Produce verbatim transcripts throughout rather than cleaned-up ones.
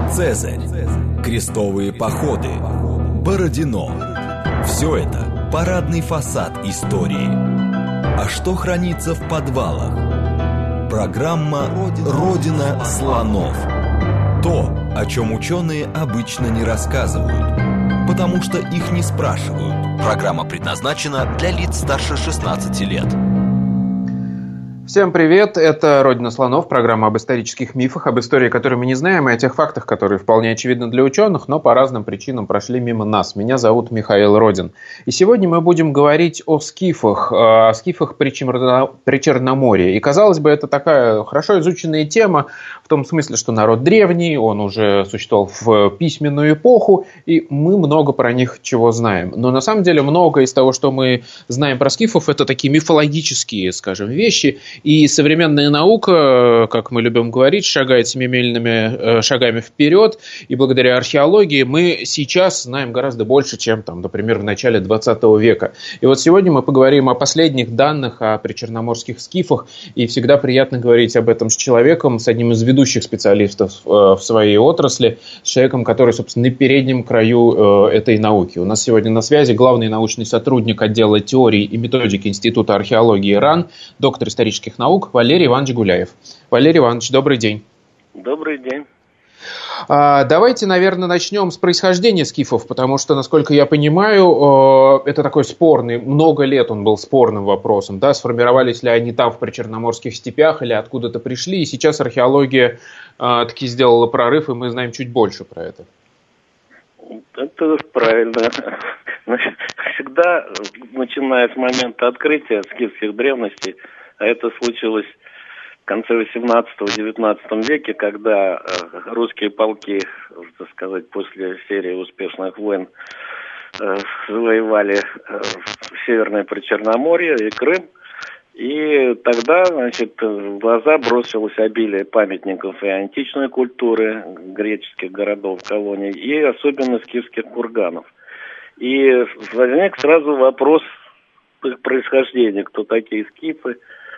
Цезарь, крестовые походы, Бородино. Все это парадный фасад истории. А что хранится в подвалах? Программа «Родина слонов». То, о чем ученые обычно не рассказывают, потому что их не спрашивают. Программа предназначена для лиц старше шестнадцати лет. Всем привет, это «Родина слонов», программа об исторических мифах, об истории, которую мы не знаем, и о тех фактах, которые вполне очевидны для ученых, но по разным причинам прошли мимо нас. Меня зовут Михаил Родин. И сегодня мы будем говорить о скифах, о скифах при Черноморье. И, казалось бы, это такая хорошо изученная тема, в том смысле, что народ древний, он уже существовал в письменную эпоху, и мы много про них чего знаем. Но на самом деле много из того, что мы знаем про скифов, это такие мифологические, скажем, вещи. И современная наука, как мы любим говорить, шагает семимильными шагами вперед. И благодаря археологии мы сейчас знаем гораздо больше, чем, там, например, в начале двадцатого века. И вот сегодня мы поговорим о последних данных о причерноморских скифах. И всегда приятно говорить об этом с человеком, с одним из ведущих специалистов в своей отрасли, с человеком, который, собственно, на переднем краю этой науки. У нас сегодня на связи главный научный сотрудник отдела теории и методики Института археологии РАН, доктор исторических наук Валерий Иванович Гуляев. Валерий Иванович, добрый день. Добрый день. А, давайте, наверное, начнем с происхождения скифов, потому что, насколько я понимаю, это такой спорный, много лет он был спорным вопросом, да, сформировались ли они там в причерноморских степях или откуда-то пришли, и сейчас археология а, таки сделала прорыв, и мы знаем чуть больше про это. Это правильно. Всегда, начиная с момента открытия скифских древностей, а это случилось в конце восемнадцатого-девятнадцатом веке, когда русские полки, так сказать, после серии успешных войн завоевали Северное Причерноморье и Крым. И тогда, значит, в глаза бросилось обилие памятников и античной культуры, греческих городов, колоний, и особенно скифских курганов. И возник сразу вопрос их происхождения, кто такие скифы.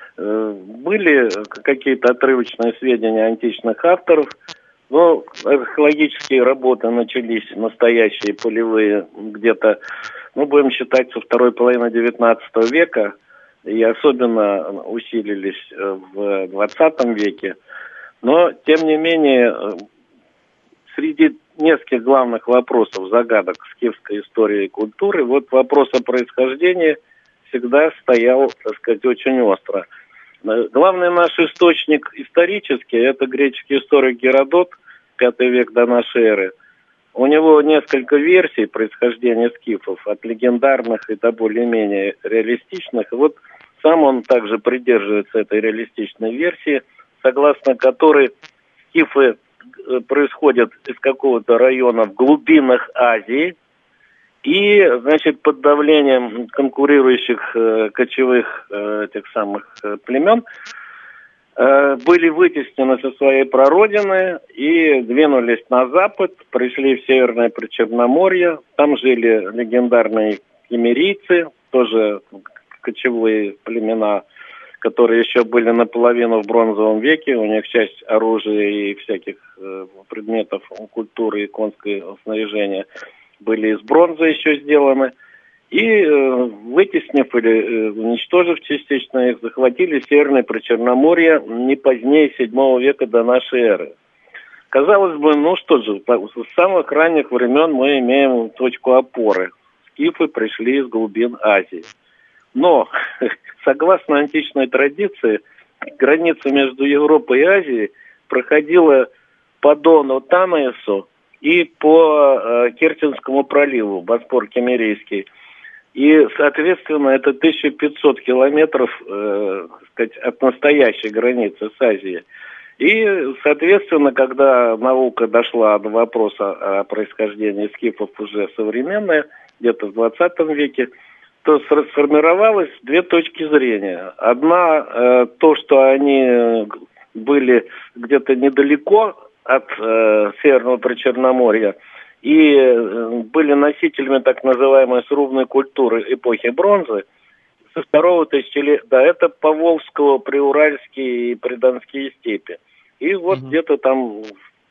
Были какие-то отрывочные сведения античных авторов, но археологические работы начались, настоящие полевые, где-то, ну, будем считать, со второй половины девятнадцатого века, и особенно усилились в двадцатом веке. Но, тем не менее, среди нескольких главных вопросов, загадок скифской истории и культуры, вот вопрос о происхождении всегда стоял, так сказать, очень остро. Главный наш источник исторический – это греческий историк Геродот, пятый век до нашей эры. У него несколько версий происхождения скифов, от легендарных и до более-менее реалистичных. И вот сам он также придерживается этой реалистичной версии, согласно которой скифы происходят из какого-то района в глубинах Азии, и, значит, под давлением конкурирующих э, кочевых э, этих самых э, племен э, были вытеснены со своей прародины и двинулись на запад, пришли в Северное Причерноморье. Там жили легендарные кемерийцы, тоже кочевые племена, которые еще были наполовину в бронзовом веке. У них часть оружия и всяких э, предметов культуры и конского снаряжения были из бронзы еще сделаны, и, э, вытеснив или э, уничтожив частично их, захватили Северное Причерноморье не позднее седьмого века до нашей эры. Казалось бы, ну что же, с самых ранних времен мы имеем точку опоры. Скифы пришли из глубин Азии. Но, согласно античной традиции, граница между Европой и Азией проходила по Дону Танаису и по э, Керченскому проливу, Боспор Кемерийский. И, соответственно, это тысяча пятьсот километров э, так сказать, от настоящей границы с Азией. И, соответственно, когда наука дошла до вопроса о происхождении скифов уже современная, где-то в двадцатом веке, то сформировалось две точки зрения. Одна, э, то, что они были где-то недалеко от э, Северного Причерноморья и э, были носителями так называемой срубной культуры эпохи бронзы, со второго тысячелетия, да, это Поволжского, Приуральские и Придонские степи. И вот mm-hmm. где-то там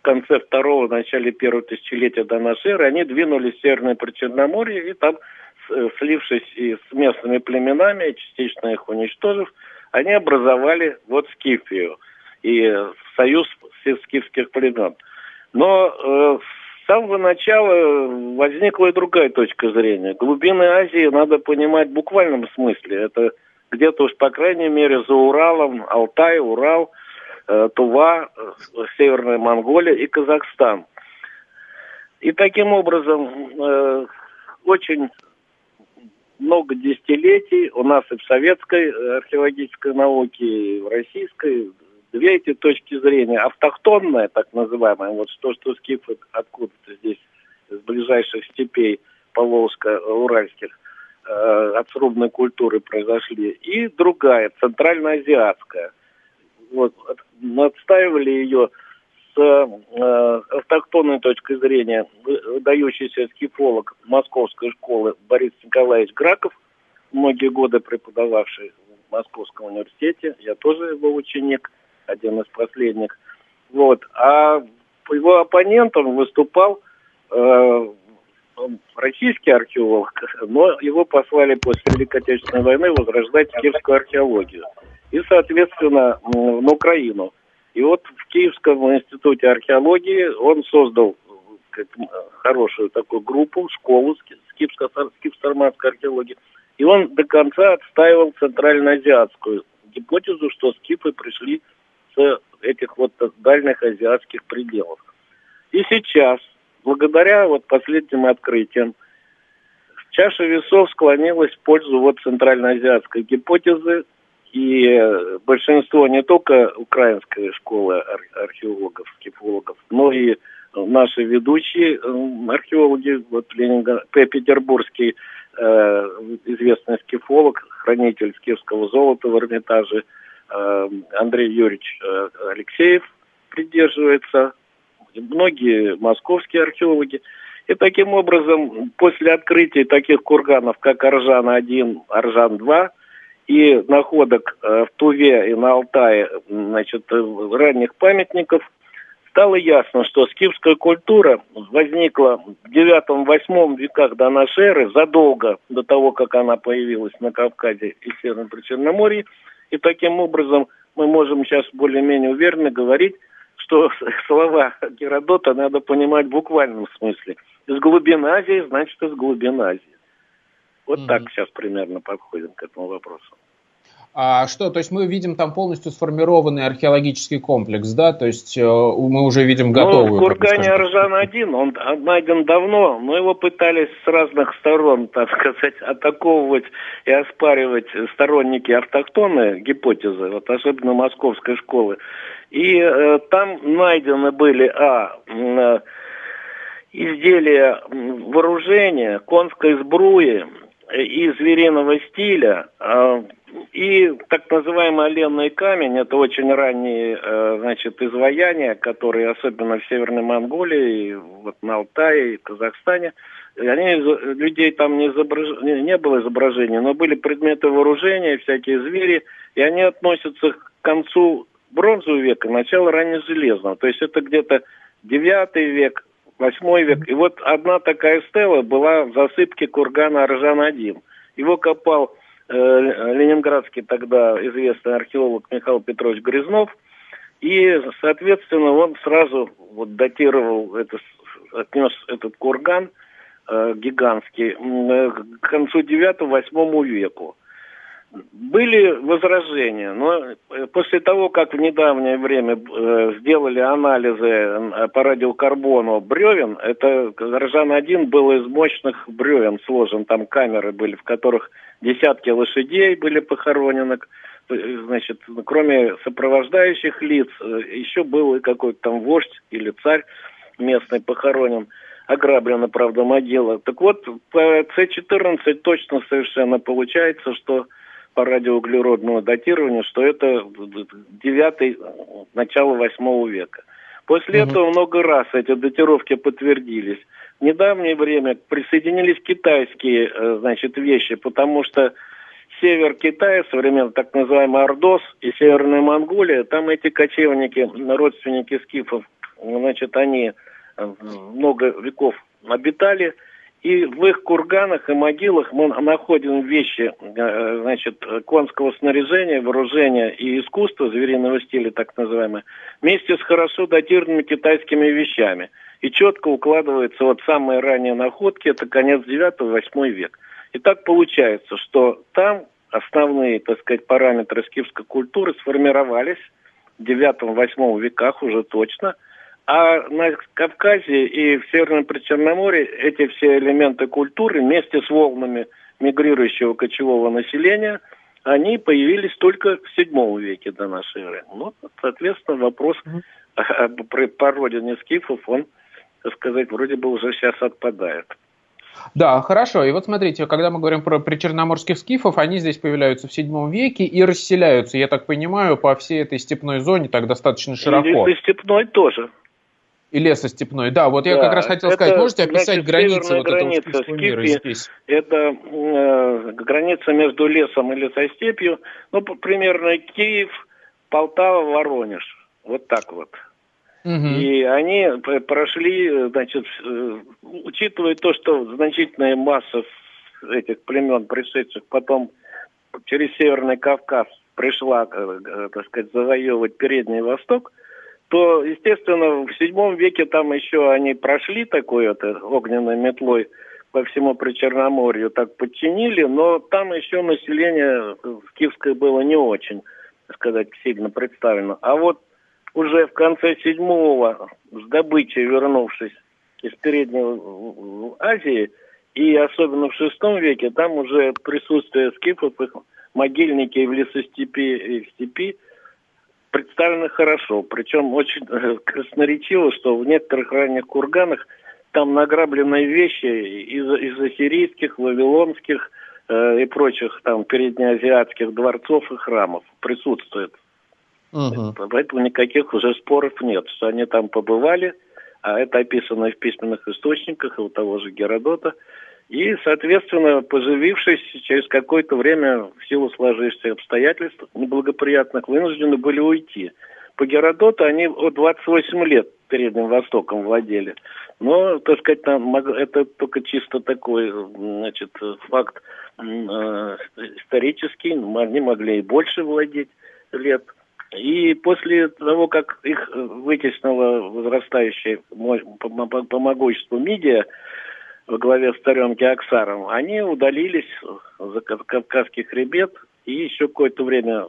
в конце второго, начале первого тысячелетия до нашей эры, они двинулись в Северное Причерноморье, и там, слившись и с местными племенами, частично их уничтожив, они образовали вот Скифию и союз скифских племен. Но э, с самого начала возникла и другая точка зрения. Глубины Азии надо понимать в буквальном смысле. Это где-то уж, по крайней мере, за Уралом, Алтай, Урал, э, Тува, э, Северная Монголия и Казахстан. И таким образом э, очень много десятилетий у нас и в советской археологической науке, и в российской две эти точки зрения. Автохтонная, так называемая, вот то, что скифы откуда-то здесь, из ближайших степей Поволжско-Уральских, э, от срубной культуры произошли, и другая, центральноазиатская. Вот, отстаивали ее с э, автохтонной точки зрения выдающийся скифолог Московской школы Борис Николаевич Граков, многие годы преподававший в Московском университете, я тоже его ученик, один из последних. Вот. А его оппонентом выступал э, российский археолог, но его послали после Великой Отечественной войны возрождать киевскую археологию. И, соответственно, на Украину. И вот в Киевском институте археологии он создал хорошую такую группу, школу скифско-сарматской археологии. И он до конца отстаивал центральноазиатскую гипотезу, что скифы пришли с этих вот дальних азиатских пределов. И сейчас, благодаря вот последним открытиям, чаша весов склонилась в пользу вот центральноазиатской гипотезы, и большинство не только украинской школы археологов, скифологов, но и наши ведущие археологи, вот Ленинград, петербургский э, известный скифолог, хранитель скифского золота в Эрмитаже, э, Андрей Юрьевич э, Алексеев придерживается, многие московские археологи. И таким образом, после открытия таких курганов, как Аржан один, Аржан два, и находок э, в Туве и на Алтае, значит, ранних памятников, стало ясно, что скифская культура возникла в девятом-восьмом веках до нашей эры, задолго до того, как она появилась на Кавказе и Северном Причерноморье. И таким образом мы можем сейчас более-менее уверенно говорить, что слова Геродота надо понимать в буквальном смысле. Из глубин Азии, значит, из глубин Азии. Вот mm-hmm. так сейчас примерно подходим к этому вопросу. А что, то есть мы видим там полностью сформированный археологический комплекс, да? То есть э, мы уже видим готовую... Ну, в кургане Аржан один, он найден давно, но его пытались с разных сторон, так сказать, атаковывать и оспаривать сторонники автохтонной гипотезы, вот особенно московской школы. И э, там найдены были, а... Э, изделия вооружения, конской сбруи и звериного стиля, и так называемый оленный камень, это очень ранние, значит, изваяния, которые особенно в Северной Монголии, вот на Алтае и Казахстане, они, людей там не, изображ... не было изображений, но были предметы вооружения, всякие звери, и они относятся к концу бронзового века, началу раннежелезного, то есть это где-то девятый век, восьмой век. И вот одна такая стела была в засыпке кургана Аржан один. Его копал э, ленинградский тогда известный археолог Михаил Петрович Грязнов. И, соответственно, он сразу вот датировал, это, отнес этот курган э, гигантский э, к концу девятому-восьмому веку. Были возражения, но после того, как в недавнее время э, сделали анализы по радиокарбону бревен, это Аржан один был из мощных бревен сложен, там камеры были, в которых десятки лошадей были похоронены, значит, кроме сопровождающих лиц, еще был и какой-то там вождь или царь местный похоронен. Ограблена, правда, могила. Так вот, по С четырнадцать точно совершенно получается, что по радиоуглеродному датированию, что это девятый, начало восьмого века. После mm-hmm. этого много раз эти датировки подтвердились. В недавнее время присоединились китайские, значит, вещи, потому что север Китая, современный так называемый Ордос и Северная Монголия, там эти кочевники, родственники скифов, значит, они много веков обитали, и в их курганах и могилах мы находим вещи, значит, конского снаряжения, вооружения и искусства, звериного стиля так называемое, вместе с хорошо датированными китайскими вещами. И четко укладывается вот самые ранние находки, это конец девятый-восьмой век. И так получается, что там основные, так сказать, параметры скифской культуры сформировались в девятом-восьмом веках уже точно, а на Кавказе и в Северном Причерноморье эти все элементы культуры вместе с волнами мигрирующего кочевого населения, они появились только в седьмом веке до нашей эры. Ну, соответственно, вопрос о породине скифов, он, так сказать, вроде бы уже сейчас отпадает. Да, хорошо. И вот смотрите, когда мы говорим про причерноморских скифов, они здесь появляются в седьмом веке и расселяются, я так понимаю, по всей этой степной зоне так достаточно широко. И степной тоже. И лесостепной. Да, вот я да, как раз хотел это, сказать, можете описать значит, границы вот этого скифского мира здесь? Это э, граница между лесом и лесостепью, ну, примерно Киев, Полтава, Воронеж. Вот так вот. Угу. И они прошли, значит, учитывая то, что значительная масса этих племен, пришедших потом через Северный Кавказ, пришла, так сказать, завоевывать Передний Восток, то, естественно, в седьмом веке там еще они прошли такой вот огненной метлой по всему Причерноморью, так подчинили, но там еще население скифское было не очень, так сказать, сильно представлено. А вот уже в конце седьмого, с добычей вернувшись из Передней Азии, и особенно в шестом веке, там уже присутствие скифов, их могильники в лесостепи и в степи представлены хорошо. Причем очень красноречиво, что в некоторых ранних курганах там награбленные вещи из, из ассирийских, вавилонских э, и прочих там переднеазиатских дворцов и храмов присутствует. Угу. Поэтому никаких уже споров нет, что они там побывали, а это описано в письменных источниках и у того же Геродота. И, соответственно, поживившись, через какое-то время в силу сложившихся обстоятельств неблагоприятных вынуждены были уйти. По Геродоту они двадцать восемь лет Передним Востоком владели. Но, так сказать, там, это только чисто такой, значит, факт э, исторический. Они могли и больше владеть лет. И после того, как их вытеснила возрастающая по могуществу Мидия во главе с царем Кеоксаром, они удалились за Кавказский хребет и еще какое-то время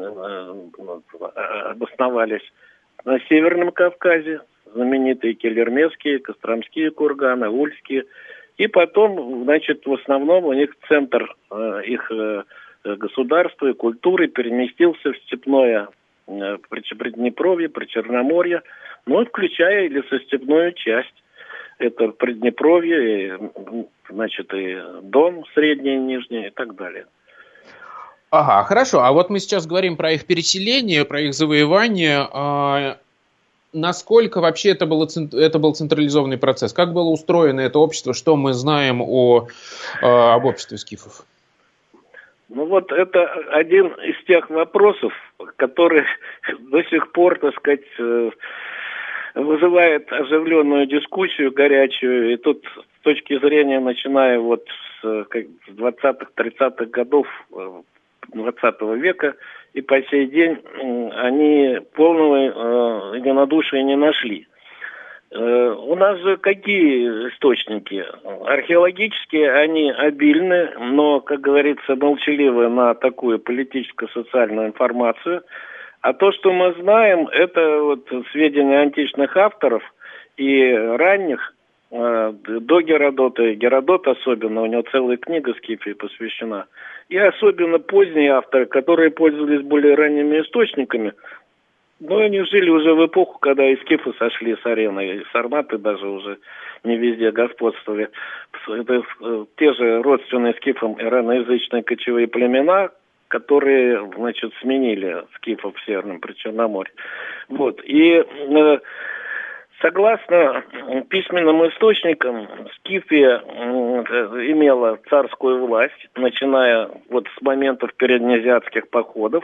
обосновались на Северном Кавказе, знаменитые Келермесские, Костромские курганы, Ульские. И потом, значит, в основном у них центр их государства и культуры переместился в степное Приднепровье, Причерноморье, но включая и лесостепную часть. Это Приднепровье, и, значит, и Дон, средний и нижний, и так далее. Ага, хорошо. А вот мы сейчас говорим про их переселение, про их завоевание. А насколько вообще это, было, это был централизованный процесс? Как было устроено это общество? Что мы знаем о, об обществе скифов? Ну вот это один из тех вопросов, который до сих пор, так сказать, вызывает оживленную дискуссию, горячую. И тут с точки зрения, начиная вот с двадцатых-тридцатых годов двадцатого века и по сей день, они полного единодушия не нашли. У нас же какие источники? Археологические они обильны, но, как говорится, молчаливы на такую политическо-социальную информацию. А то, что мы знаем, это вот сведения античных авторов и ранних, э, до Геродота, и Геродот особенно, у него целая книга Скифии посвящена, и особенно поздние авторы, которые пользовались более ранними источниками. Но они жили уже в эпоху, когда и скифы сошли с арены, и сарматы даже уже не везде господствовали. Это те же родственные скифам ираноязычные кочевые племена, которые, значит, сменили скифов в Северном Причерноморье. Вот. И, э, Согласно письменным источникам, Скифия имела царскую власть, начиная вот с моментов переднеазиатских походов.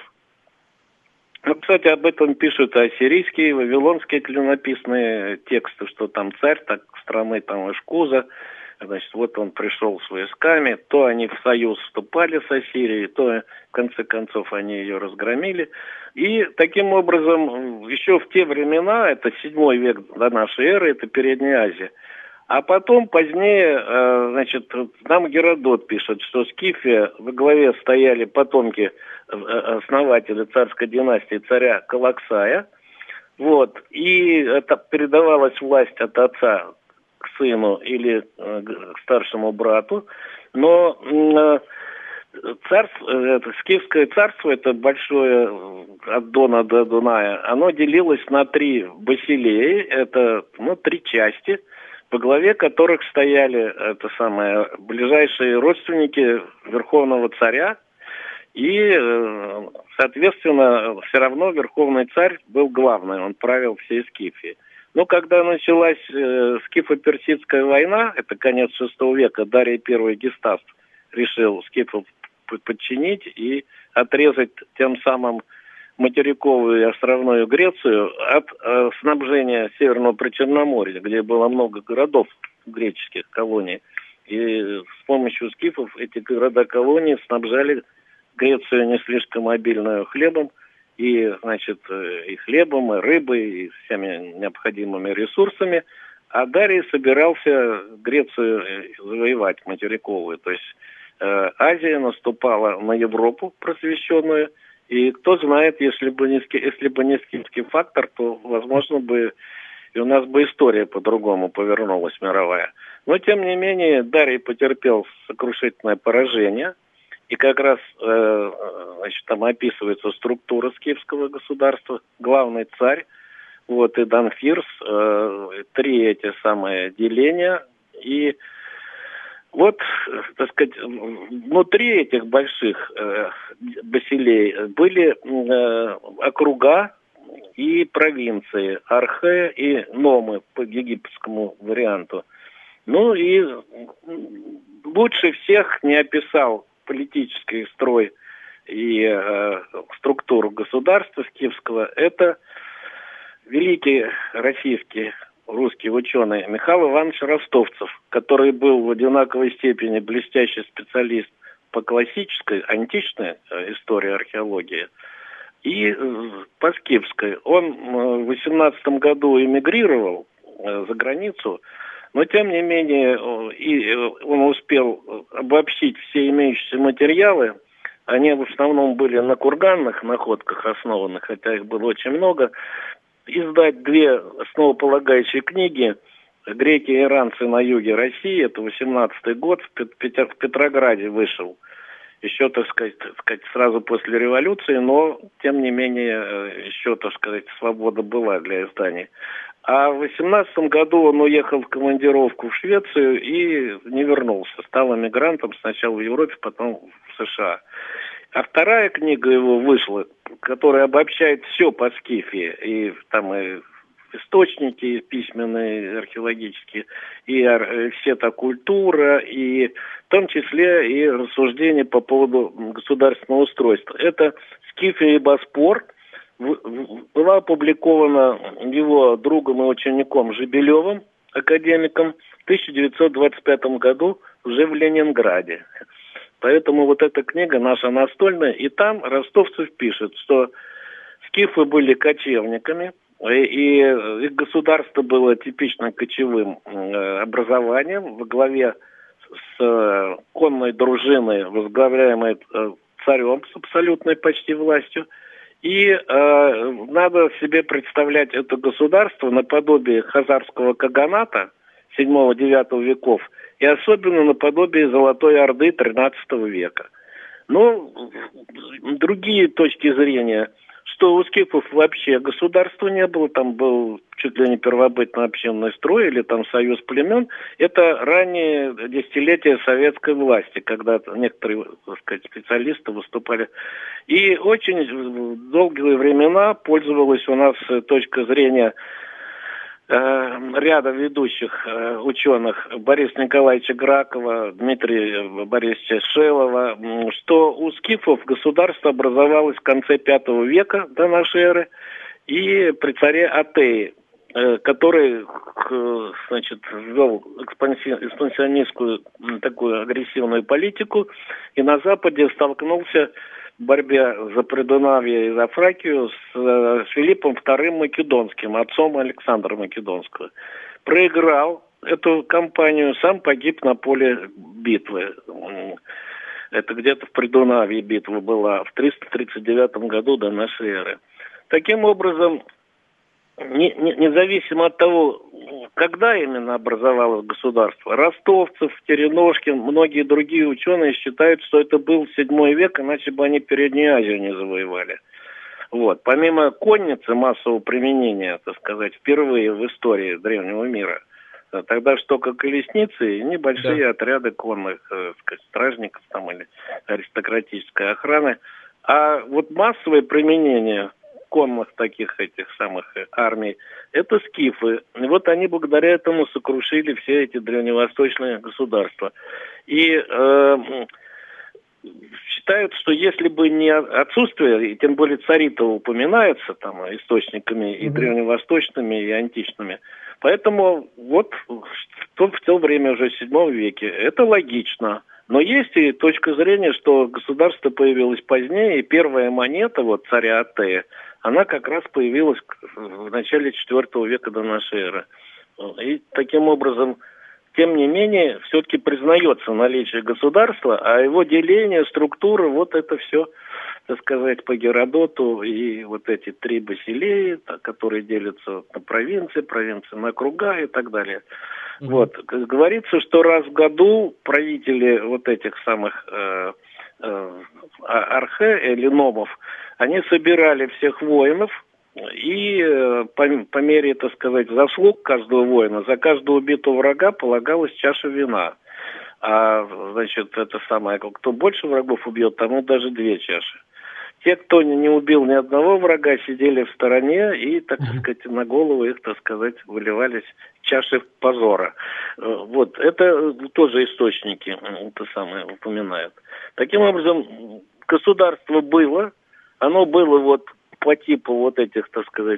Ну, кстати, об этом пишут ассирийские, вавилонские клинописные тексты, что там царь так, страны там Ишкуза, значит, вот он пришел с войсками, то они в союз вступали с Ассирией, то в конце концов они ее разгромили. И таким образом еще в те времена, это седьмой век до нашей эры, это Передняя Азия. А потом, позднее, значит, нам Геродот пишет, что Скифия во главе стояли потомки основателя царской династии царя Калаксая. Вот. И это передавалась власть от отца к сыну или к старшему брату. Но царство, это, Скифское царство, это большое от Дона до Дуная, оно делилось на три басилеи, это ну, три части, во главе которых стояли это самое, ближайшие родственники верховного царя, и, соответственно, все равно верховный царь был главный, он правил всей Скифией. Но когда началась э, скифо-персидская война, это конец шестого века, Дарий I Гестаф решил скифов подчинить и отрезать тем самым материковую и островную Грецию от э, снабжения Северного Причерноморья, где было много городов греческих колоний. И с помощью скифов эти города-колонии снабжали Грецию не слишком обильную хлебом, и, значит, и хлебом, и рыбой, и всеми необходимыми ресурсами. А Дарий собирался Грецию завоевать материковую. То есть э, Азия наступала на Европу просвещенную, и кто знает, если бы не, если бы не скифский фактор, то, возможно, бы и у нас бы история по-другому повернулась мировая. Но, тем не менее, Дарий потерпел сокрушительное поражение. И как раз э, значит, там описывается структура скифского государства, главный царь, вот, и Данфирс, э, три эти самые деления. И вот, так сказать, внутри этих больших э, басилей были э, округа и провинции, Архе и Номы по египетскому варианту. Ну и лучше всех не описал политический строй и э, структуру государства скифского, это великий российский русский ученый Михаил Иванович Ростовцев, который был в одинаковой степени блестящий специалист по классической, античной э, истории археологии и э, по скифской. Он э, в восемнадцатом году эмигрировал э, за границу, но, тем не менее, и он успел обобщить все имеющиеся материалы. Они в основном были на курганных находках основаны, хотя их было очень много. Издать две основополагающие книги «Греки и иранцы на юге России». Это восемнадцатый год, в Петрограде вышел. Еще, так сказать, так сказать, сразу после революции, но, тем не менее, еще, так сказать, свобода была для изданий. А в восемнадцатом году он уехал в командировку в Швецию и не вернулся. Стал эмигрантом сначала в Европе, потом в США. А вторая книга его вышла, которая обобщает все по Скифии. И там и источники письменные, археологические, и вся культура, и в том числе и рассуждения по поводу государственного устройства. Это «Скифия и Боспор». Была опубликована его другом и учеником Жебелевым, академиком, в тысяча девятьсот двадцать пятом году уже в Ленинграде. Поэтому вот эта книга наша настольная, и там Ростовцев пишет, что скифы были кочевниками, и их государство было типично кочевым образованием во главе с конной дружиной, возглавляемой царем с абсолютной почти властью. И э, надо себе представлять это государство наподобие хазарского каганата седьмого-девятого веков и особенно наподобие Золотой Орды тринадцатого века. Но другие точки зрения, что у скифов вообще государства не было, там был чуть ли не первобытно-общинный строй или там союз племен, это ранние десятилетия советской власти, когда некоторые, так сказать, специалисты выступали. И очень долгие времена пользовалась у нас точка зрения ряда ведущих ученых Бориса Николаевича Гракова, Дмитрия Борисовича Шелова, что у скифов государство образовалось в конце пятого века до нашей эры и при царе Атее, который, значит, ввел экспансионистскую такую агрессивную политику и на Западе столкнулся в борьбе за Придунавье и за Фракию с, с Филиппом вторым Македонским, отцом Александра Македонского. Проиграл эту кампанию, сам погиб на поле битвы. Это где-то в Придунавье битва была в триста тридцать девятом году до нашей эры. Таким образом, не, не, независимо от того, когда именно образовалось государство, Ростовцев, Тереношкин, многие другие ученые считают, что это был седьмой век, иначе бы они Переднюю Азию не завоевали. Вот. Помимо конницы массового применения, так сказать, впервые в истории древнего мира, тогда же только колесницы и небольшие да. отряды конных, так сказать, стражников там, или аристократической охраны. А вот массовое применение конных таких этих самых армий, это скифы. И вот они благодаря этому сокрушили все эти древневосточные государства. И э, считают, что если бы не отсутствие, и тем более цари-то упоминаются там источниками и mm-hmm. древневосточными, и античными, поэтому вот в то, в то время уже в седьмом веке это логично. Но есть и точка зрения, что государство появилось позднее, и первая монета вот царя Атея, она как раз появилась в начале четвертого века до нашей эры. И таким образом, тем не менее, все-таки признается наличие государства, а его деление, структура, вот это все, так сказать, по Геродоту, и вот эти три басилеи, которые делятся на провинции, провинции на округа и так далее. Mm-hmm. Вот. Говорится, что раз в году правители вот этих самых э, э, архе или номов, они собирали всех воинов, и э, по, по мере, так сказать, заслуг каждого воина, за каждого убитого врага полагалась чаша вина. А, значит, это самое, кто больше врагов убьет, тому даже две чаши. Те, кто не убил ни одного врага, сидели в стороне, и, так сказать, на голову их, так сказать, выливались чаши позора. Вот, это тоже источники, это самое, упоминают. Таким образом, государство было, оно было вот по типу вот этих, так сказать,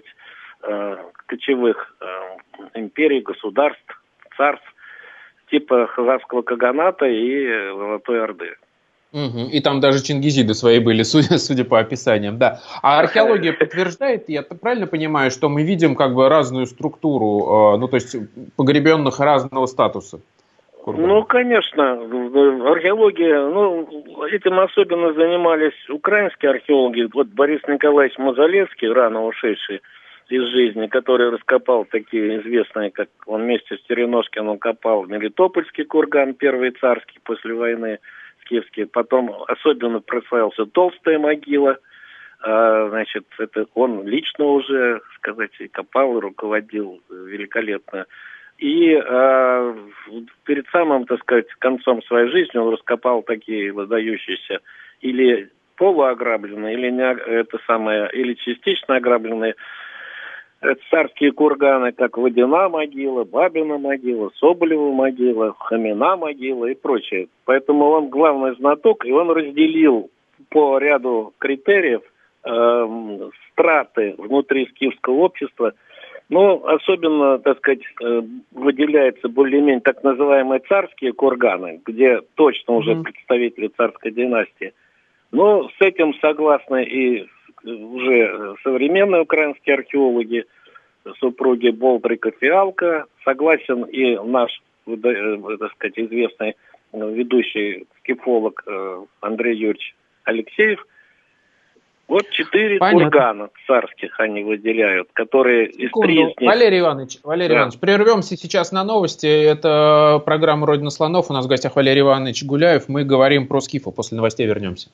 кочевых империй, государств, царств, типа Хазарского каганата и Золотой Орды. Угу. И там даже чингизиды свои были, судя, судя по описаниям, да. А археология подтверждает, я правильно понимаю, что мы видим как бы разную структуру, ну то есть погребенных разного статуса? Ну, конечно, археология, ну, этим особенно занимались украинские археологи. Вот Борис Николаевич Мазалевский, рано ушедший из жизни, который раскопал такие известные, как он вместе с Тереношкиным копал Мелитопольский курган, первый царский после войны, скифский. Потом особенно прославился Толстая могила. А, значит, это он лично уже, сказать, и копал, и руководил великолепно. И а, перед самым, так сказать, концом своей жизни он раскопал такие выдающиеся или полуограбленные, или не, это самое, или частично ограбленные царские курганы, как Водяна могила, Бабина могила, Соболева могила, Хомина могила и прочее. Поэтому он главный знаток, и он разделил по ряду критериев э, страты внутри скифского общества. Но особенно, так сказать, э, выделяются более-менее так называемые царские курганы, где точно уже mm-hmm. представители царской династии. Но с этим согласны и уже современные украинские археологи, супруги Болдрик и Фиалка, согласен и наш, так сказать, известный ведущий скифолог Андрей Юрьевич Алексеев. Вот четыре кургана царских они выделяют, которые из три из них... Валерий Иванович, Валерий да. Иванович, прервемся сейчас на новости. Это программа «Родина слонов». У нас в гостях Валерий Иванович Гуляев. Мы говорим про скифов. После новостей вернемся.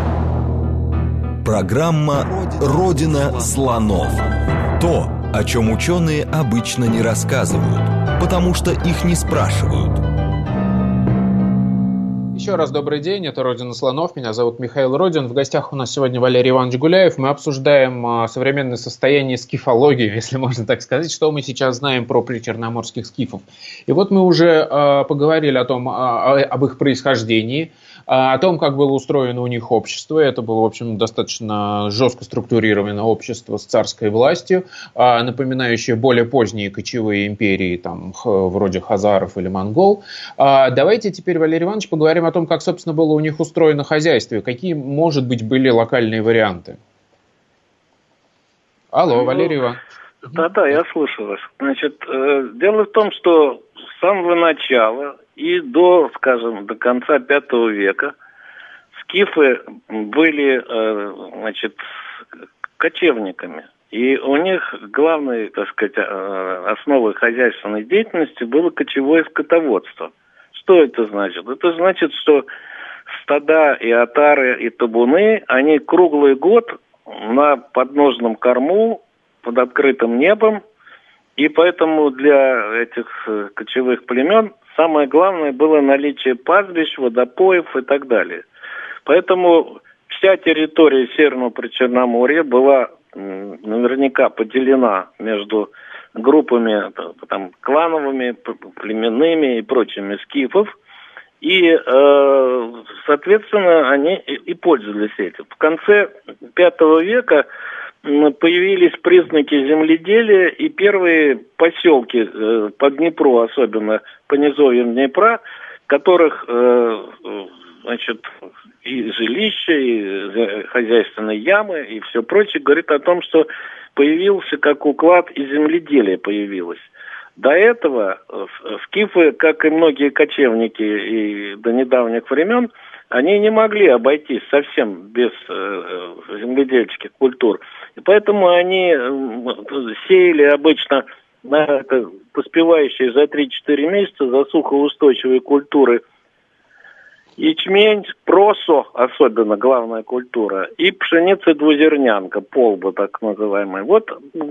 Программа «Родина слонов». То, о чем ученые обычно не рассказывают, потому что их не спрашивают. Еще раз добрый день, это «Родина слонов», меня зовут Михаил Родин. В гостях у нас сегодня Валерий Иванович Гуляев. Мы обсуждаем современное состояние скифологии, если можно так сказать, что мы сейчас знаем про причерноморских скифов. И вот мы уже э, поговорили о том, о, об их происхождении, о том, как было устроено у них общество. Это было, в общем, достаточно жестко структурированное общество с царской властью, напоминающее более поздние кочевые империи, там, вроде хазаров или монгол. Давайте теперь, Валерий Иванович, поговорим о том, как, собственно, было у них устроено хозяйство, и какие, может быть, были локальные варианты. Алло, ну, Валерий Иванович. Да-да, я слышу вас. Значит, э, дело в том, что с самого начала и до, скажем, до конца пятого века скифы были, э, значит, кочевниками. И у них главной, так сказать, основой хозяйственной деятельности было кочевое скотоводство. Что это значит? Это значит, что стада и отары и табуны, они круглый год на подножном корму, под открытым небом, и поэтому для этих кочевых племен самое главное было наличие пастбищ, водопоев и так далее. Поэтому вся территория Северного Причерноморья была наверняка поделена между группами там, клановыми, племенными и прочими скифов, и, э, соответственно, они и пользовались этим. В конце пятого века появились признаки земледелия, и первые поселки э, по Днепру, особенно по низовьям Днепра, которых, э, значит, и жилища, и хозяйственные ямы, и все прочее, говорит о том, что появился как уклад и земледелие появилось. До этого скифы, как и многие кочевники и до недавних времен, они не могли обойтись совсем без э, земледельческих культур. И поэтому они сеяли обычно на это, поспевающие за три-четыре месяца засухоустойчивые культуры ячмень, просо, особенно главная культура, и пшеница двузернянка, полба так называемая. Вот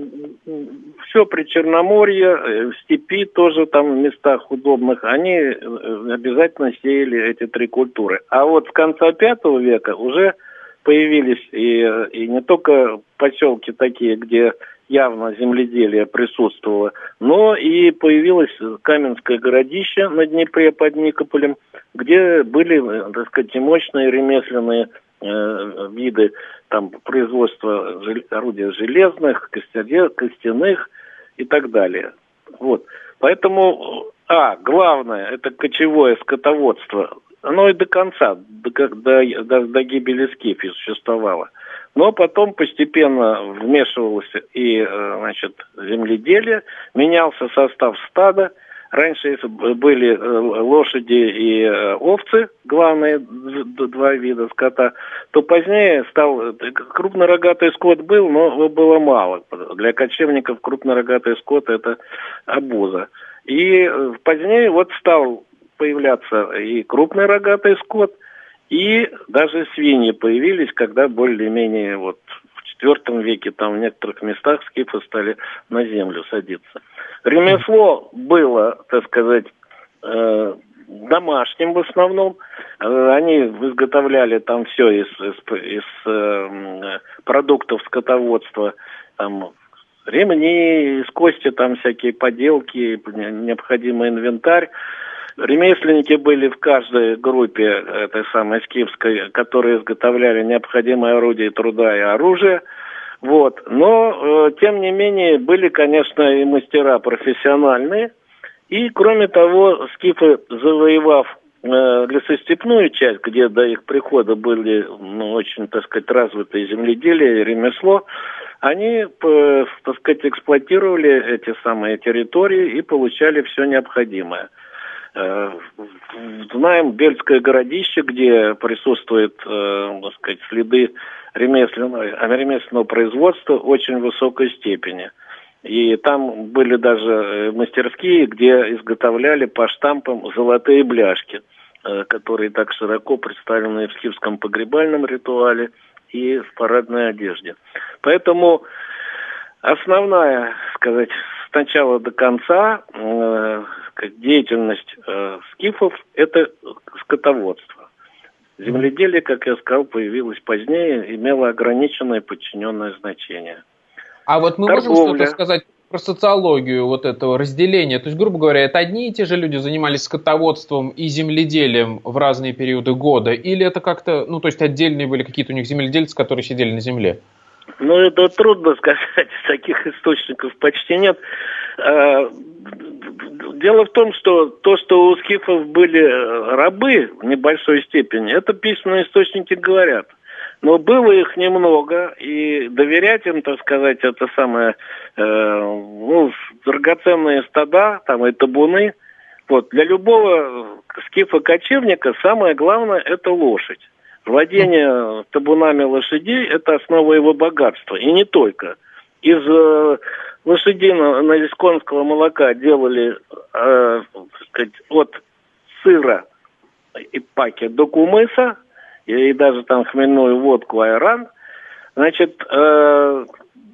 все Причерноморье, в степи тоже там в местах удобных, они обязательно сеяли эти три культуры. А вот с конца пятого века уже появились и, и не только поселки такие, где явно земледелие присутствовало, но и появилось Каменское городище на Днепре под Никополем, где были, так сказать, мощные ремесленные э, виды там, производства жел... орудий железных, костяных и так далее. Вот. Поэтому, а, главное, это кочевое скотоводство. Оно и до конца, до, до, до, до гибели скифии существовало. Но потом постепенно вмешивалось и, значит, земледелие, менялся состав стада. Раньше были лошади и овцы, главные два вида скота. То позднее стал крупнорогатый скот был, но его было мало. Для кочевников крупнорогатый скот – это обуза. И позднее вот стал появляться и крупный рогатый скот, и даже свиньи появились, когда более-менее вот в четвертом веке там в некоторых местах скифы стали на землю садиться. Ремесло было, так сказать, э, домашним в основном. Они изготовляли там все из, из, из э, продуктов скотоводства, там ремни, из кости там всякие поделки, необходимый инвентарь. Ремесленники были в каждой группе этой самой скифской, которые изготовляли необходимые орудия труда и оружие. Вот. Но, э, тем не менее, были, конечно, и мастера профессиональные. И, кроме того, скифы, завоевав э, лесостепную часть, где до их прихода были ну, очень, так сказать, развитые земледелие и ремесло, они, э, так сказать, эксплуатировали эти самые территории и получали все необходимое. Знаем Бельское городище, где присутствуют, э, так сказать, следы ремесленного, ремесленного производства очень высокой степени. И там были даже мастерские, где изготовляли по штампам золотые бляшки, э, которые так широко представлены в скифском погребальном ритуале и в парадной одежде. Поэтому основная, сказать, с начала до конца э, деятельность э, скифов – это скотоводство. Земледелие, как я сказал, появилось позднее, имело ограниченное подчиненное значение. А вот мы Торговля. можем что-то сказать про социологию вот этого разделения? То есть, грубо говоря, это одни и те же люди занимались скотоводством и земледелием в разные периоды года? Или это как-то, ну, то есть отдельные были какие-то у них земледельцы, которые сидели на земле? Ну, это трудно сказать, таких источников почти нет. Дело в том, что то, что у скифов были рабы в небольшой степени, это письменные источники говорят. Но было их немного, и доверять им, так сказать, это самое, э, ну, драгоценные стада, там и табуны. Вот, для любого скифа-кочевника самое главное – это лошадь. Владение табунами лошадей – это основа его богатства, и не только. Из э, лошадиного исконского молока делали э, так сказать, от сыра и паки до кумыса, и даже там хмельную водку, айран. Значит, э,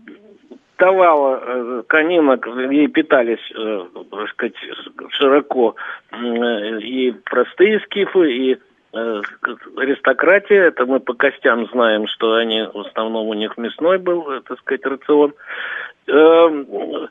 давала э, конинок, ей питались, э, так сказать, широко э, и простые скифы, и э, аристократия. Это мы по костям знаем, что они, в основном у них мясной был, так сказать, рацион. Э,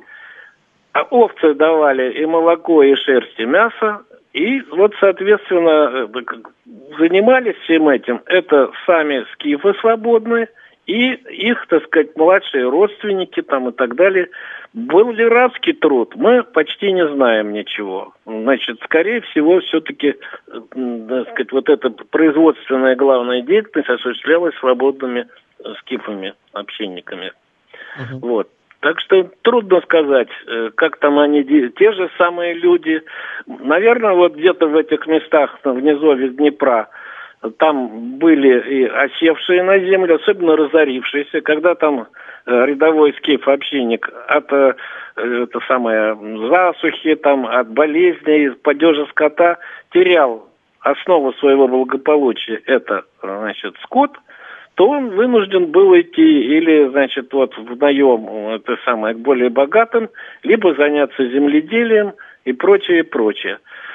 а овцы давали и молоко, и шерсть, и мясо. И вот, соответственно, занимались всем этим это сами скифы свободные и их, так сказать, младшие родственники там и так далее. Был ли рабский труд? Мы почти не знаем ничего. Значит, скорее всего, все-таки, так сказать, вот эта производственная главная деятельность осуществлялась свободными скифами, общинниками. Uh-huh. Вот. Так что трудно сказать, как там они, те же самые люди. Наверное, вот где-то в этих местах, в низовье Днепра, там были и осевшие на землю, особенно разорившиеся, когда там рядовой скиф-общинник от это самое, засухи, там, от болезней, падежа скота терял основу своего благополучия, это, значит, скот, то он вынужден был идти или, значит, вот в наем, это самое, к более богатым, либо заняться земледелием и прочее, и прочее.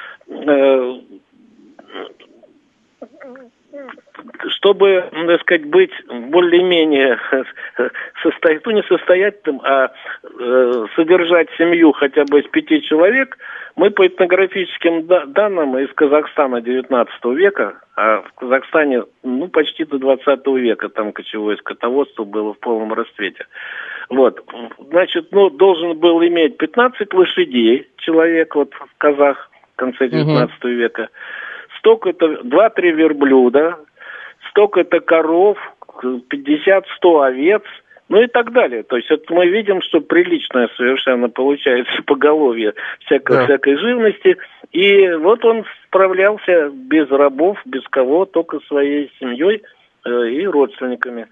Чтобы, так сказать, быть более-менее состоятельным, ну, не состоятельным, а э, содержать семью хотя бы из пяти человек, мы по этнографическим данным из Казахстана девятнадцатого века, а в Казахстане, ну, почти до двадцатого века там кочевое скотоводство было в полном расцвете. Вот, значит, ну, должен был иметь пятнадцать лошадей человек, вот, казах в конце девятнадцатого uh-huh. века, столько это два-три верблюда, столько это коров, пятьдесят-сто овец, ну и так далее. То есть это мы видим, что приличное совершенно получается поголовье всякой, да. всякой живности. И вот он справлялся без рабов, без кого, только своей семьей э, и родственниками.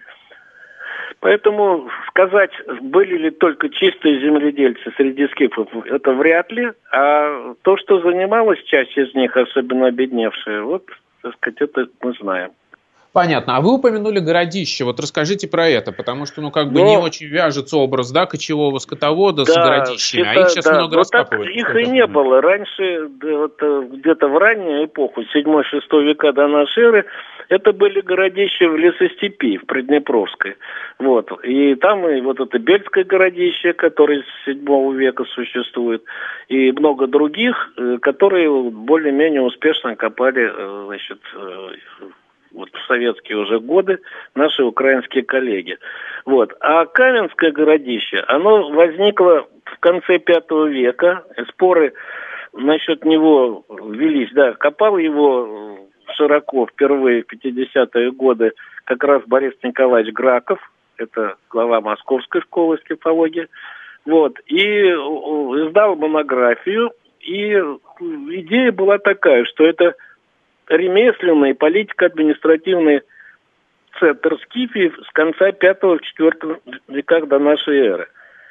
Поэтому сказать, были ли только чистые земледельцы среди скифов, это вряд ли. А то, что занималась часть из них, особенно обедневшая, вот, так сказать, это мы знаем. Понятно. А вы упомянули городище. Вот расскажите про это, потому что, ну, как бы Но... не очень вяжется образ, да, кочевого скотовода да, с городищами, это, а их сейчас да. много раскапывают. Так их и не было. Раньше, вот, где-то в раннюю эпоху, седьмой-шестой века до нашей эры, это были городища в лесостепи, в Приднепровской. Вот. И там и вот это Бельское городище, которое с седьмого века существует, и много других, которые более-менее успешно копали, значит, вот в советские уже годы наши украинские коллеги. Вот. А Каменское городище, оно возникло в конце пятого века. Споры насчет него велись. Да, копал его широко впервые в пятидесятые годы как раз Борис Николаевич Граков. Это глава Московской школы скифологии. Вот. И издал монографию. И идея была такая, что это ремесленный, политико-административный центр Скифии с конца пятого-четвёртого веках до нашей эры.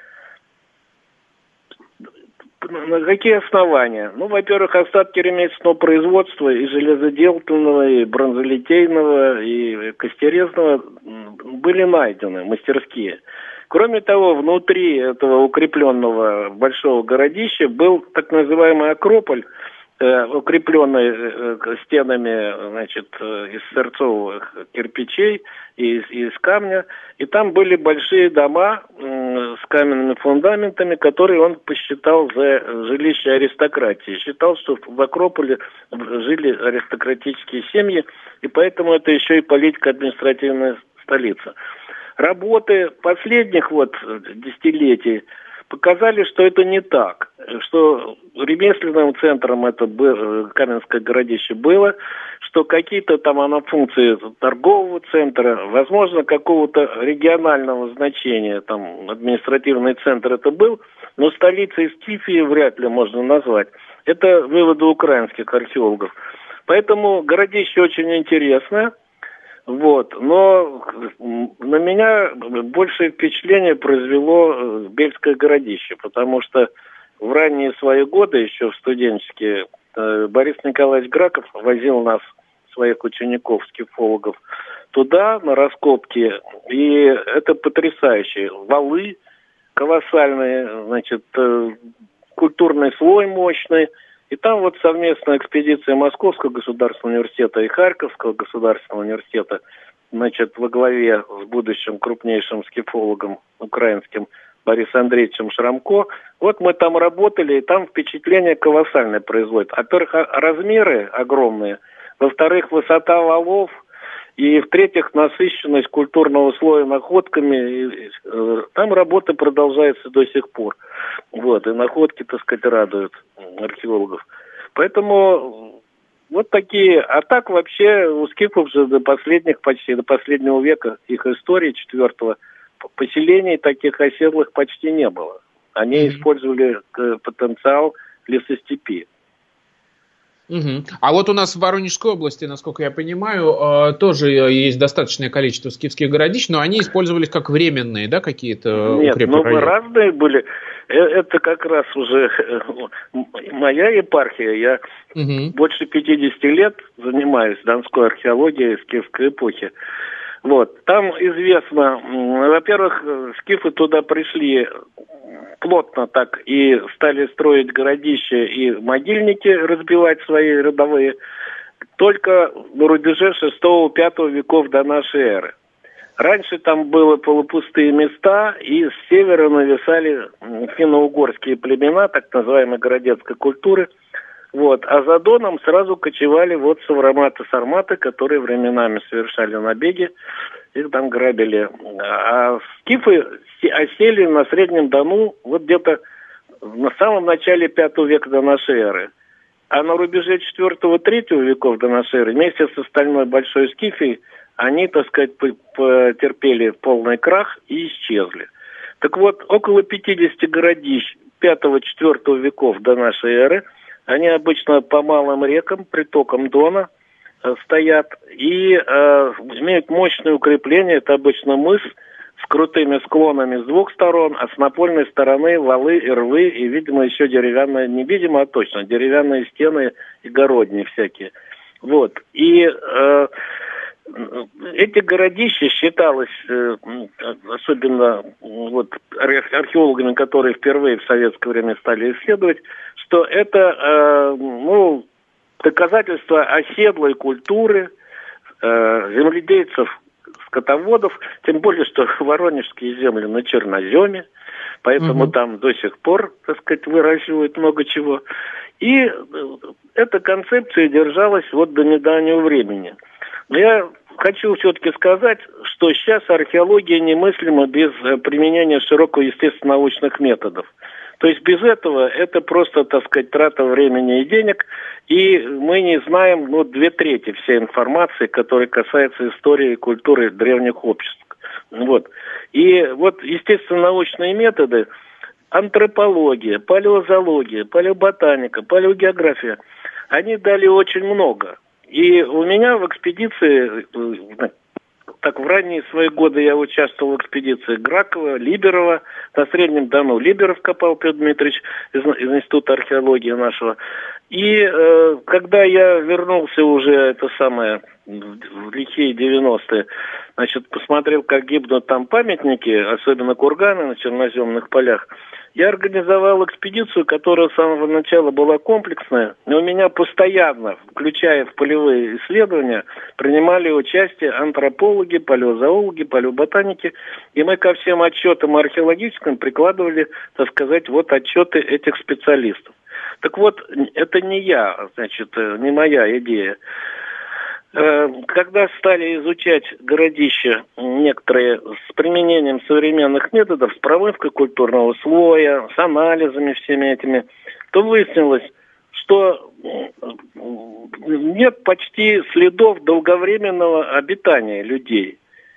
На какие основания? Ну, во-первых, остатки ремесленного производства и железоделательного, и бронзолитейного, и костерезного были найдены, мастерские. Кроме того, внутри этого укрепленного большого городища был так называемый Акрополь, укрепленной стенами, значит, из сырцовых кирпичей и из, из камня. И там были большие дома с каменными фундаментами, которые он посчитал за жилище аристократии. Считал, что в Акрополе жили аристократические семьи, и поэтому это еще и политико-административная столица. Работы последних вот десятилетий показали, что это не так, что ремесленным центром это было, Каменское городище было, что какие-то там оно функции торгового центра, возможно, какого-то регионального значения, там административный центр это был, но столицей Скифии вряд ли можно назвать. Это выводы украинских археологов. Поэтому городище очень интересное. Вот, но на меня большее впечатление произвело Бельское городище, потому что в ранние свои годы, еще в студенческие, Борис Николаевич Граков возил нас, своих учеников, скифологов, туда, на раскопки, и это потрясающе. Валы колоссальные, значит, культурный слой мощный. И там вот совместная экспедиция Московского государственного университета и Харьковского государственного университета, значит, во главе с будущим крупнейшим скифологом украинским Борисом Андреевичем Шрамко. Вот мы там работали, и там впечатление колоссальное производит. Во-первых, размеры огромные, во-вторых, высота валов, и в-третьих, насыщенность культурного слоя находками. И, э, там работа продолжается до сих пор. Вот, и находки, так сказать, радуют археологов. Поэтому вот такие. А так вообще у скифов же до последних, почти до последнего века их истории четвертого поселений таких оседлых почти не было. Они mm-hmm. использовали потенциал лесостепи. Угу. А вот у нас в Воронежской области, насколько я понимаю, тоже есть достаточное количество скифских городищ, но они использовались как временные, да, какие-то Нет, укрепные районы? Нет, ну разные были. Это как раз уже моя епархия. Я угу. больше пятьдесят лет занимаюсь донской археологией скифской эпохи. Вот. Там известно, во-первых, скифы туда пришли плотно так и стали строить городища и могильники, разбивать свои родовые, только на рубеже шестого-пятого веков до нашей эры. Раньше там были полупустые места, и с севера нависали финно-угорские племена, так называемой городецкой культуры. Вот. А за Доном сразу кочевали вот савроматы-сарматы, которые временами совершали набеги, их там грабили. А скифы осели на Среднем Дону вот где-то на самом начале пятого века до нашей эры. А на рубеже четвёртого-третьего веков до нашей эры вместе с остальной большой скифией они, так сказать, потерпели полный крах и исчезли. Так вот, около пятидесяти городищ пятого-четвёртого веков до нашей эры, они обычно по малым рекам, притокам Дона э, стоят и э, имеют мощные укрепления. Это обычно мыс с крутыми склонами с двух сторон, а с напольной стороны валы и рвы, и, видимо, еще деревянные, не видимо, а точно, деревянные стены и городни всякие. Вот. И э, эти городища считалось, э, особенно вот, археологами, которые впервые в советское время стали исследовать, что это э, ну, доказательство оседлой культуры э, земледельцев, скотоводов, тем более, что воронежские земли на черноземе, поэтому угу. там до сих пор, так сказать, выращивают много чего. И эта концепция держалась вот до недавнего времени. Но я хочу все-таки сказать, что сейчас археология немыслима без применения широко естественно-научных методов. То есть без этого это просто, так сказать, трата времени и денег, и мы не знаем, ну, две трети всей информации, которая касается истории и культуры древних обществ. Вот. И вот естественно-научные методы, антропология, палеозоология, палеоботаника, палеогеография, они дали очень много. И у меня в экспедиции, так в ранние свои годы я участвовал в экспедиции Гракова, Либерова, на Среднем Дону Либеров копал Петр Дмитриевич из, из Института археологии нашего. И э, когда я вернулся уже, это самое, в лихие девяностые, значит, посмотрел, как гибнут там памятники, особенно курганы на черноземных полях, Я организовал экспедицию, которая с самого начала была комплексная, но у меня постоянно, включая в полевые исследования, принимали участие антропологи, палеозоологи, палеоботаники, и мы ко всем отчетам археологическим прикладывали, так сказать, вот отчеты этих специалистов. Так вот, это не я, значит, не моя идея. Когда стали изучать городища некоторые с применением современных методов, с промывкой культурного слоя, с анализами всеми этими, то выяснилось, что нет почти следов долговременного обитания людей.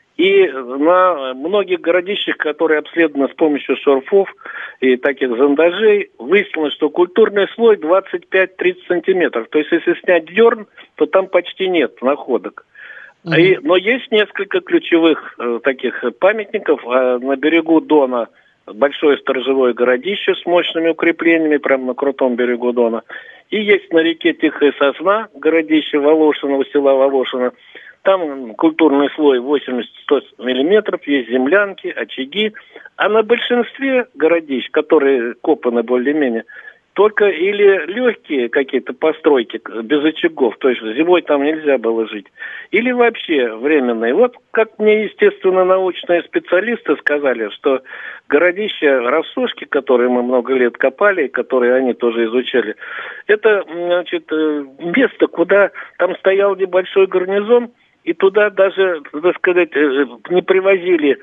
И на многих городищах, которые обследованы с помощью шурфов и таких зондажей, выяснилось, что культурный слой двадцать пять - тридцать сантиметров. То есть, если снять дерн, то там почти нет находок. Mm-hmm. И, но есть несколько ключевых э, таких памятников. Э, на берегу Дона большое сторожевое городище с мощными укреплениями, прямо на крутом берегу Дона. И есть на реке Тихая Сосна городище Волошино, села Волошино. Там культурный слой восемьдесят - сто миллиметров, есть землянки, очаги. А на большинстве городищ, которые копаны более-менее, только или легкие какие-то постройки без очагов, то есть зимой там нельзя было жить, или вообще временные. Вот как мне, естественно, научные специалисты сказали, что городища Рассошки, которые мы много лет копали, которые они тоже изучали, это, значит, место, куда там стоял небольшой гарнизон, и туда даже, так сказать, не привозили,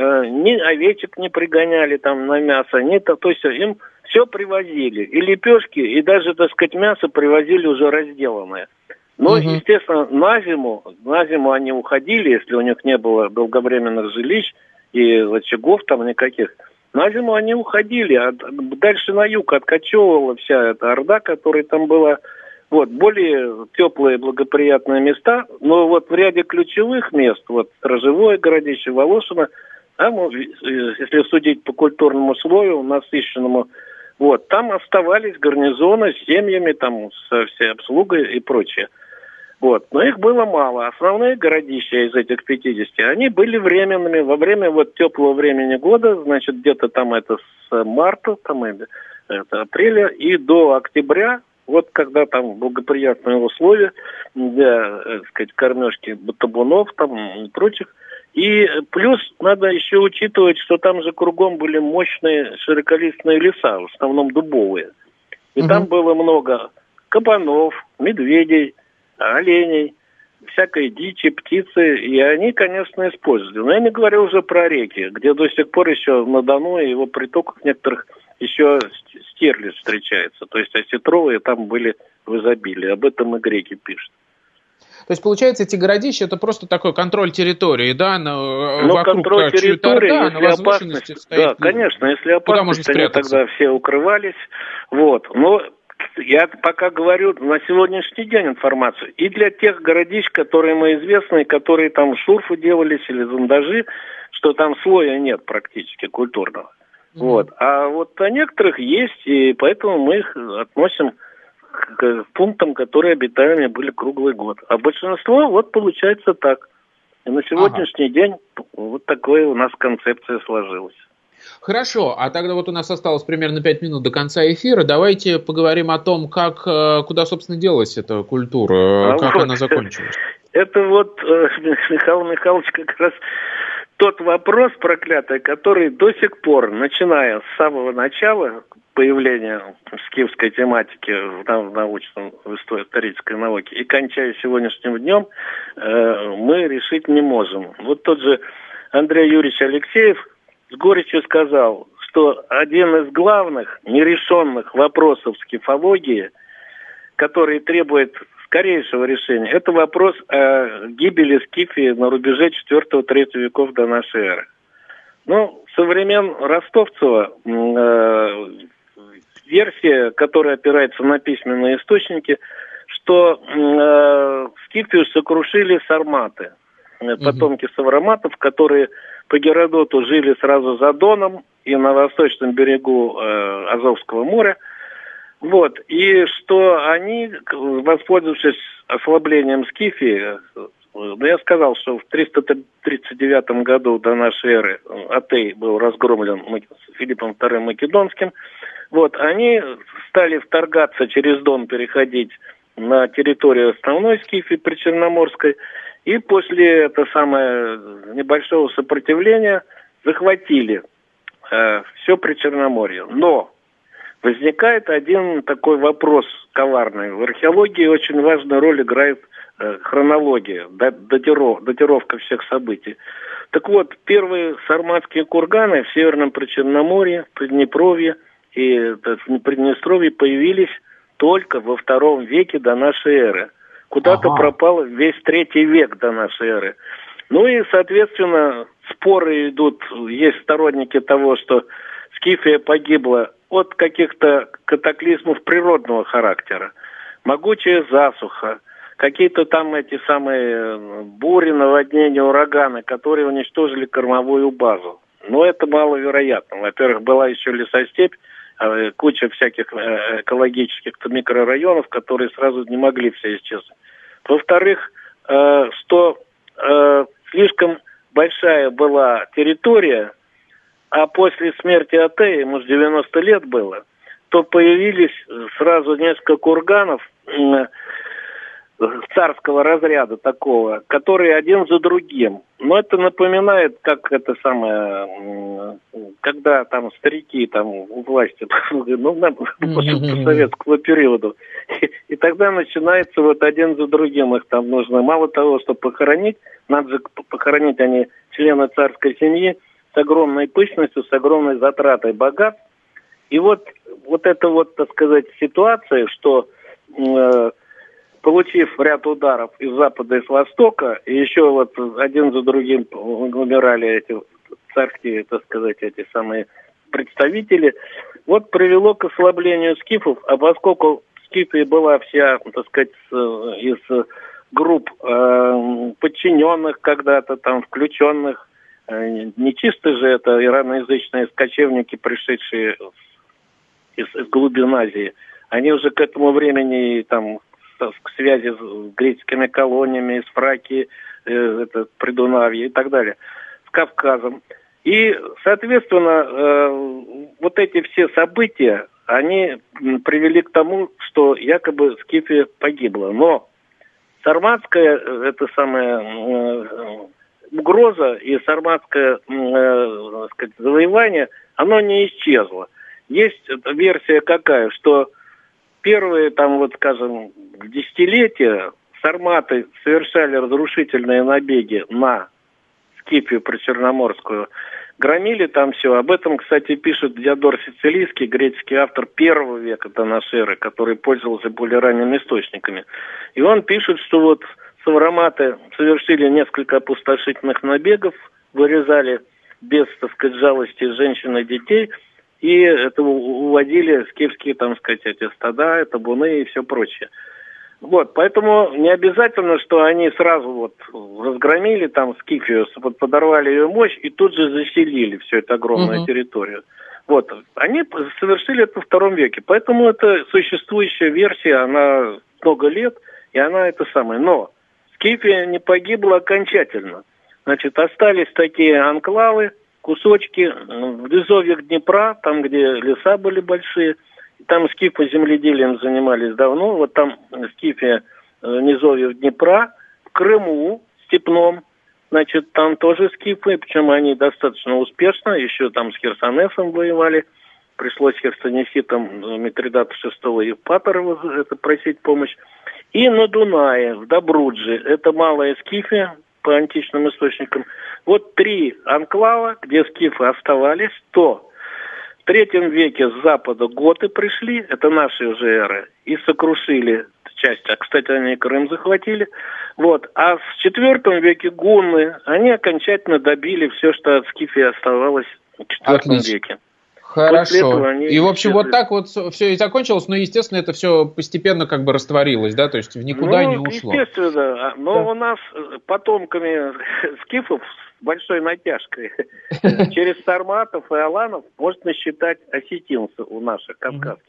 ни овечек не пригоняли там на мясо, ни то, то есть им все привозили, и лепешки, и даже, так сказать, мясо привозили уже разделанное. Но, угу. естественно, на зиму, на зиму они уходили, если у них не было долговременных жилищ и очагов там никаких. На зиму они уходили, а дальше на юг откачевывала вся эта орда, которая там была. Вот, более теплые, благоприятные места, но вот в ряде ключевых мест, вот Сторожевое городище, Волошино, там, если судить по культурному слою, насыщенному, вот, там оставались гарнизоны с семьями, там, со всей обслугой и прочее. Вот, но их было мало. Основные городища из этих пятидесяти, они были временными. Во время вот теплого времени года, значит, где-то там это с марта, там это апреля и до октября, вот когда там благоприятные условия для, так сказать, кормежки табунов там и прочих. И плюс надо еще учитывать, что там же кругом были мощные широколистные леса, в основном дубовые. И угу. там было много кабанов, медведей, оленей, всякой дичи, птицы. И они, конечно, использовали. Но я не говорю уже про реки, где до сих пор еще на Дону и его притоках некоторых еще стерлядь встречается. То есть осетровые там были в изобилии. Об этом и греки пишут. То есть, получается, эти городища — это просто такой контроль территории, да? На, ну, контроль территории, торга, если на опасность... стоит, да, конечно, если опасность, они тогда все укрывались. Вот. Но я пока говорю на сегодняшний день информацию. И для тех городищ, которые мы известны, которые там шурфы делались или зондажи, что там слоя нет практически культурного. Mm-hmm. Вот. А вот о некоторых есть, и поэтому мы их относим к пунктам, которые обитаемые были круглый год. А большинство вот получается так. И на сегодняшний ага. день вот такая у нас концепция сложилась. Хорошо, а тогда вот у нас осталось примерно пять минут до конца эфира. Давайте поговорим о том, как, куда, собственно, делась эта культура, а как вот она закончилась. Это вот Михаил Михайлович как раз тот вопрос проклятый, который до сих пор, начиная с самого начала появления скифской тематики в, в научном, в исторической науке и кончая сегодняшним днем, э, мы решить не можем. Вот тот же Андрей Юрьевич Алексеев с горечью сказал, что один из главных нерешенных вопросов скифологии, который требует скорейшего решения, это вопрос о гибели Скифии на рубеже четвёртого-третьего веков до нашей эры. Ну, со времен Ростовцева э, версия, которая опирается на письменные источники, что э, Скифию сокрушили сарматы, э, потомки савроматов, которые по Геродоту жили сразу за Доном и на восточном берегу э, Азовского моря. Вот, и что они, воспользовавшись ослаблением Скифии, ну, я сказал, что в триста тридцать девятом году до нашей эры Атей был разгромлен Филиппом вторым Македонским. Вот, они стали вторгаться через Дон, переходить на территорию основной Скифии Причерноморской, и после это самое небольшого сопротивления захватили э, все Причерноморье. Но возникает один такой вопрос коварный. В археологии очень важную роль играет э, хронология, датиров, датировка всех событий. Так вот, первые сарматские курганы в Северном Причерноморье, Приднепровье и в Приднестровье появились только во втором веке до нашей эры. Куда-то ага. пропал весь третий век до нашей эры. Ну и, соответственно, споры идут. Есть сторонники того, что Скифия погибла от каких-то катаклизмов природного характера. Могучая засуха, какие-то там эти самые бури, наводнения, ураганы, которые уничтожили кормовую базу. Но это маловероятно. Во-первых, была еще лесостепь, куча всяких экологических микрорайонов, которые сразу не могли все исчезнуть. Во-вторых, что слишком большая была территория, а после смерти Атея, ему же девяносто лет было, то появились сразу несколько курганов царского разряда такого, которые один за другим. Но это напоминает, как это самое, когда там старики там у власти, ну, после советского периода. И, и тогда начинается вот один за другим их там нужно. Мало того, что похоронить, надо же похоронить они члена царской семьи с огромной пышностью, с огромной затратой богатств. И вот, вот эта вот, так сказать, ситуация, что э, получив ряд ударов из запада и с востока, и еще вот один за другим умирали эти царские, так сказать, эти самые представители, вот привело к ослаблению скифов, а поскольку Скифия была вся, так сказать, из групп э, подчиненных когда-то, там, включенных, э, не чисто же это ираноязычные кочевники, пришедшие из, из глубин Азии, они уже к этому времени там к связи с греческими колониями, с Фракией, э, это Придунавье и так далее, с Кавказом. И, соответственно, э, вот эти все события, они привели к тому, что якобы Скифия погибла. Но сарматская, это самая э, угроза и сарматское э, сказать, завоевание, оно не исчезло. Есть версия какая, что первые, там, вот, скажем, десятилетия сарматы совершали разрушительные набеги на Скифию Причерноморскую, громили там все. Об этом, кстати, пишет Диодор Сицилийский, греческий автор первого века до нашей эры, который пользовался более ранними источниками. И он пишет, что вот савроматы совершили несколько опустошительных набегов, вырезали без, так сказать, жалости женщин и детей, и это уводили скифские, там сказать, эти стада, табуны и все прочее. Вот, поэтому не обязательно, что они сразу вот разгромили там Скифию, подорвали ее мощь и тут же заселили всю эту огромную uh-huh. территорию. Вот, они совершили это во втором веке, поэтому это существующая версия, она много лет, и она это самое. Но Скифия не погибла окончательно. Значит, остались такие анклавы, кусочки в низовьях Днепра, там, где леса были большие. Там скифы земледелием занимались давно. Вот там Скифия низовьев Днепра. В Крыму, степном, значит, там тоже скифы, причем они достаточно успешно, еще там с Херсонесом воевали. Пришлось херсонеситам Митридата шестого Евпатора это просить помощь. И на Дунае, в Добрудже, это малая Скифия, по античным источникам. Вот три анклава, где скифы оставались, то в третьем веке с запада готы пришли, это наши уже эры, и сокрушили часть, а, кстати, они Крым захватили. Вот. А в четвертом веке гунны, они окончательно добили все, что от Скифии оставалось в четвертом веке. Хорошо. И, в общем, вот так вот все и закончилось, но, естественно, это все постепенно как бы растворилось, да, то есть в никуда ну, не ушло. Естественно, но да. У нас потомками скифов с большой натяжкой через сарматов и аланов можно считать осетинцев у наших кавказских.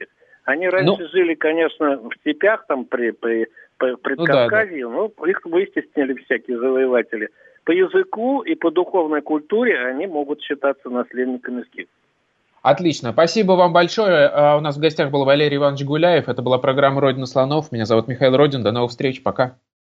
Они раньше ну, жили, конечно, в степях, там, при, при, при Предкавказье, ну, да, да. но их вытеснили всякие завоеватели. По языку и по духовной культуре они могут считаться наследниками скифов. Отлично. Спасибо вам большое. У нас в гостях был Валерий Иванович Гуляев. Это была программа «Родина слонов». Меня зовут Михаил Родин. До новых встреч. Пока.